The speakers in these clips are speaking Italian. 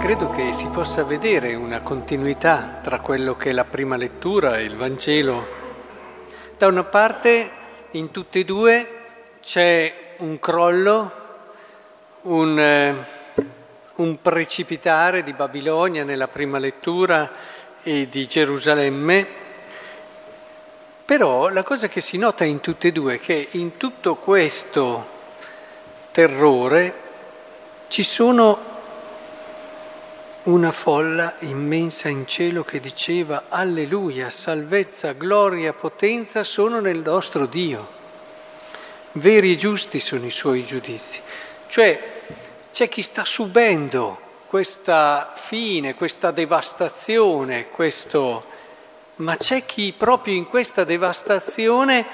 credo che si possa vedere una continuità tra quello che è la prima lettura e il Vangelo. Da una parte, in tutte e due, c'è un crollo, un precipitare di Babilonia nella prima lettura e di Gerusalemme, però la cosa che si nota in tutte e due è che in tutto questo terrore ci sono una folla immensa in cielo che diceva alleluia, salvezza, gloria, potenza sono nel nostro Dio. Veri e giusti sono i suoi giudizi. Cioè c'è chi sta subendo questa fine, questa devastazione, ma c'è chi proprio in questa devastazione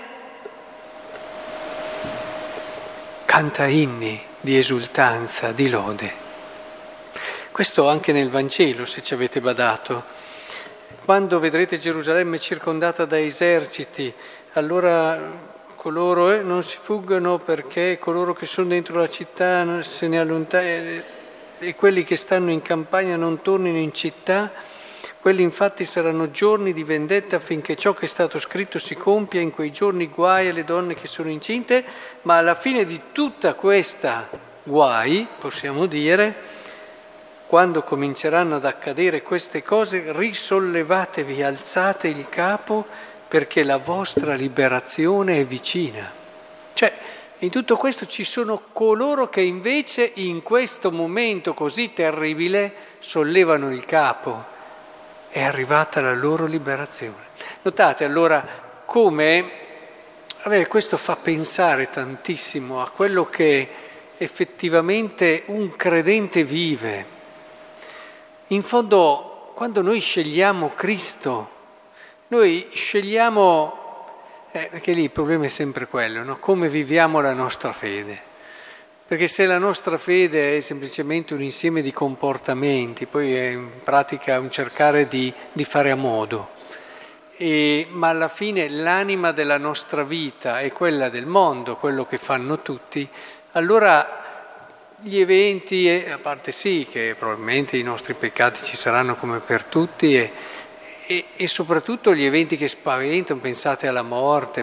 canta inni di esultanza, di lode. Questo anche nel Vangelo, se ci avete badato. Quando vedrete Gerusalemme circondata da eserciti, allora coloro non si fuggono perché coloro che sono dentro la città se ne allontanano e quelli che stanno in campagna non tornino in città. Quelli infatti saranno giorni di vendetta affinché ciò che è stato scritto si compia, in quei giorni guai alle donne che sono incinte, ma alla fine di tutta questa guai, possiamo dire, quando cominceranno ad accadere queste cose, risollevatevi, alzate il capo, perché la vostra liberazione è vicina. Cioè, in tutto questo ci sono coloro che invece in questo momento così terribile sollevano il capo. È arrivata la loro liberazione. Notate allora come questo fa pensare tantissimo a quello che effettivamente un credente vive. In fondo, quando noi scegliamo Cristo, noi scegliamo, perché lì il problema è sempre quello, no? Come viviamo la nostra fede. Perché se la nostra fede è semplicemente un insieme di comportamenti, poi è in pratica un cercare di fare a modo, ma alla fine l'anima della nostra vita è quella del mondo, quello che fanno tutti, allora gli eventi, a parte sì che probabilmente i nostri peccati ci saranno come per tutti e soprattutto gli eventi che spaventano, pensate alla morte,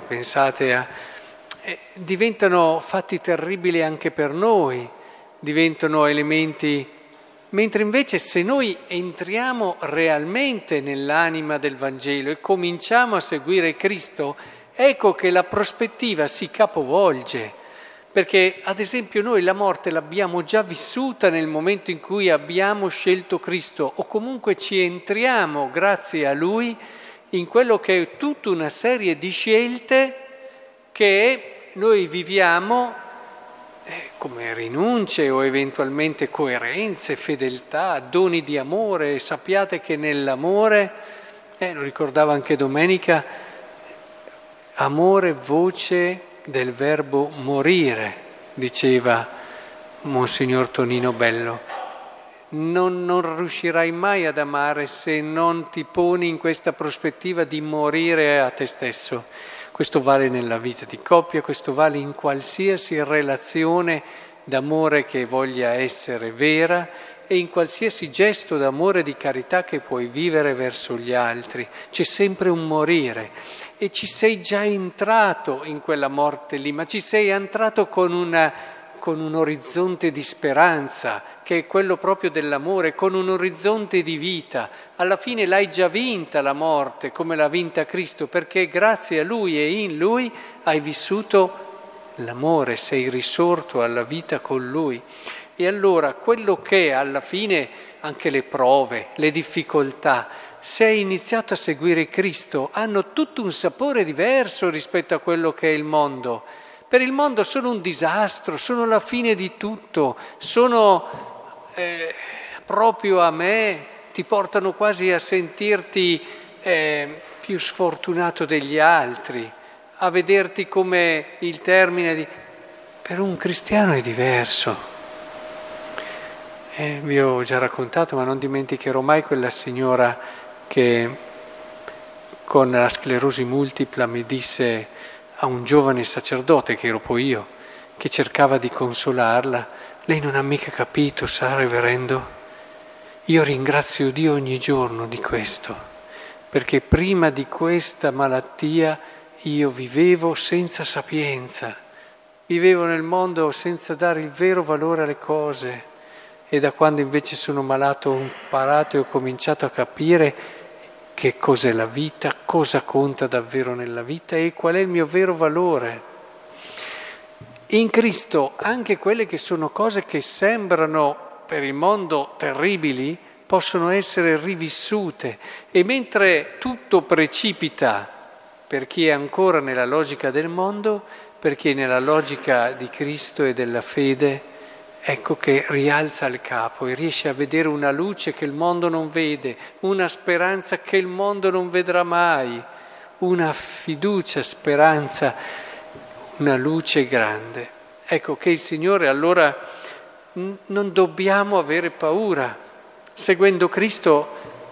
diventano fatti terribili anche per noi, diventano elementi, mentre invece se noi entriamo realmente nell'anima del Vangelo e cominciamo a seguire Cristo, ecco che la prospettiva si capovolge. Perché ad esempio noi la morte l'abbiamo già vissuta nel momento in cui abbiamo scelto Cristo o comunque ci entriamo grazie a Lui in quello che è tutta una serie di scelte che noi viviamo come rinunce o eventualmente coerenze, fedeltà, doni di amore. Sappiate che nell'amore, lo ricordava anche domenica, amore voce del verbo morire, diceva Monsignor Tonino Bello. Non riuscirai mai ad amare se non ti poni in questa prospettiva di morire a te stesso. Questo vale nella vita di coppia, questo vale in qualsiasi relazione d'amore che voglia essere vera e in qualsiasi gesto d'amore e di carità che puoi vivere verso gli altri. C'è sempre un morire. E ci sei già entrato in quella morte lì, ma ci sei entrato con un orizzonte di speranza, che è quello proprio dell'amore, con un orizzonte di vita. Alla fine l'hai già vinta la morte, come l'ha vinta Cristo, perché grazie a Lui e in Lui hai vissuto l'amore, sei risorto alla vita con Lui. E allora quello che alla fine, anche le prove, le difficoltà, se hai iniziato a seguire Cristo, hanno tutto un sapore diverso rispetto a quello che è il mondo. Per il mondo sono un disastro, sono la fine di tutto, sono proprio a me, ti portano quasi a sentirti più sfortunato degli altri, a vederti come il termine di... Per un cristiano è diverso. Vi ho già raccontato, ma non dimenticherò mai quella signora che con la sclerosi multipla mi disse a un giovane sacerdote, che ero poi io, che cercava di consolarla: lei non ha mica capito, sa, reverendo? Io ringrazio Dio ogni giorno di questo, perché prima di questa malattia io vivevo senza sapienza, vivevo nel mondo senza dare il vero valore alle cose, e da quando invece sono malato ho imparato e ho cominciato a capire che cos'è la vita, cosa conta davvero nella vita e qual è il mio vero valore. In Cristo anche quelle che sono cose che sembrano per il mondo terribili possono essere rivissute, e mentre tutto precipita per chi è ancora nella logica del mondo, per chi è nella logica di Cristo e della fede, ecco che rialza il capo e riesce a vedere una luce che il mondo non vede, una speranza che il mondo non vedrà mai, una fiducia, speranza, una luce grande. Ecco che il Signore allora non dobbiamo avere paura. Seguendo Cristo,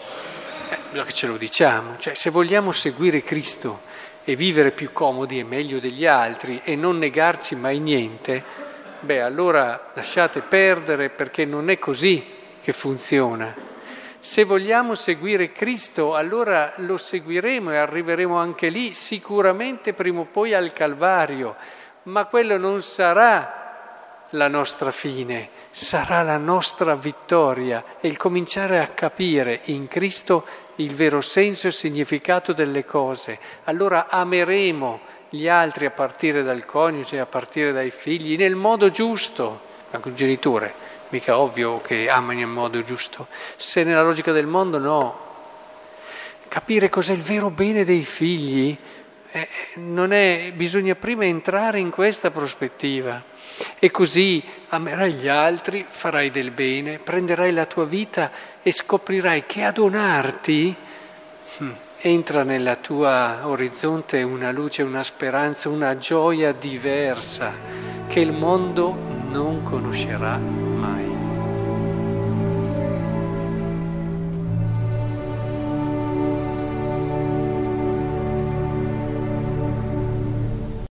ce lo diciamo, cioè se vogliamo seguire Cristo e vivere più comodi e meglio degli altri e non negarci mai niente, allora lasciate perdere, perché non è così che funziona. Se vogliamo seguire Cristo, allora lo seguiremo e arriveremo anche lì, sicuramente prima o poi al Calvario, ma quello non sarà la nostra fine, sarà la nostra vittoria, e il cominciare a capire in Cristo il vero senso e significato delle cose. Allora ameremo gli altri a partire dal coniuge, a partire dai figli, nel modo giusto. Anche un genitore, mica ovvio che amano in modo giusto. Se nella logica del mondo no. Capire cos'è il vero bene dei figli, bisogna prima entrare in questa prospettiva. E così amerai gli altri, farai del bene, prenderai la tua vita e scoprirai che a donarti entra nella tua orizzonte una luce, una speranza, una gioia diversa che il mondo non conoscerà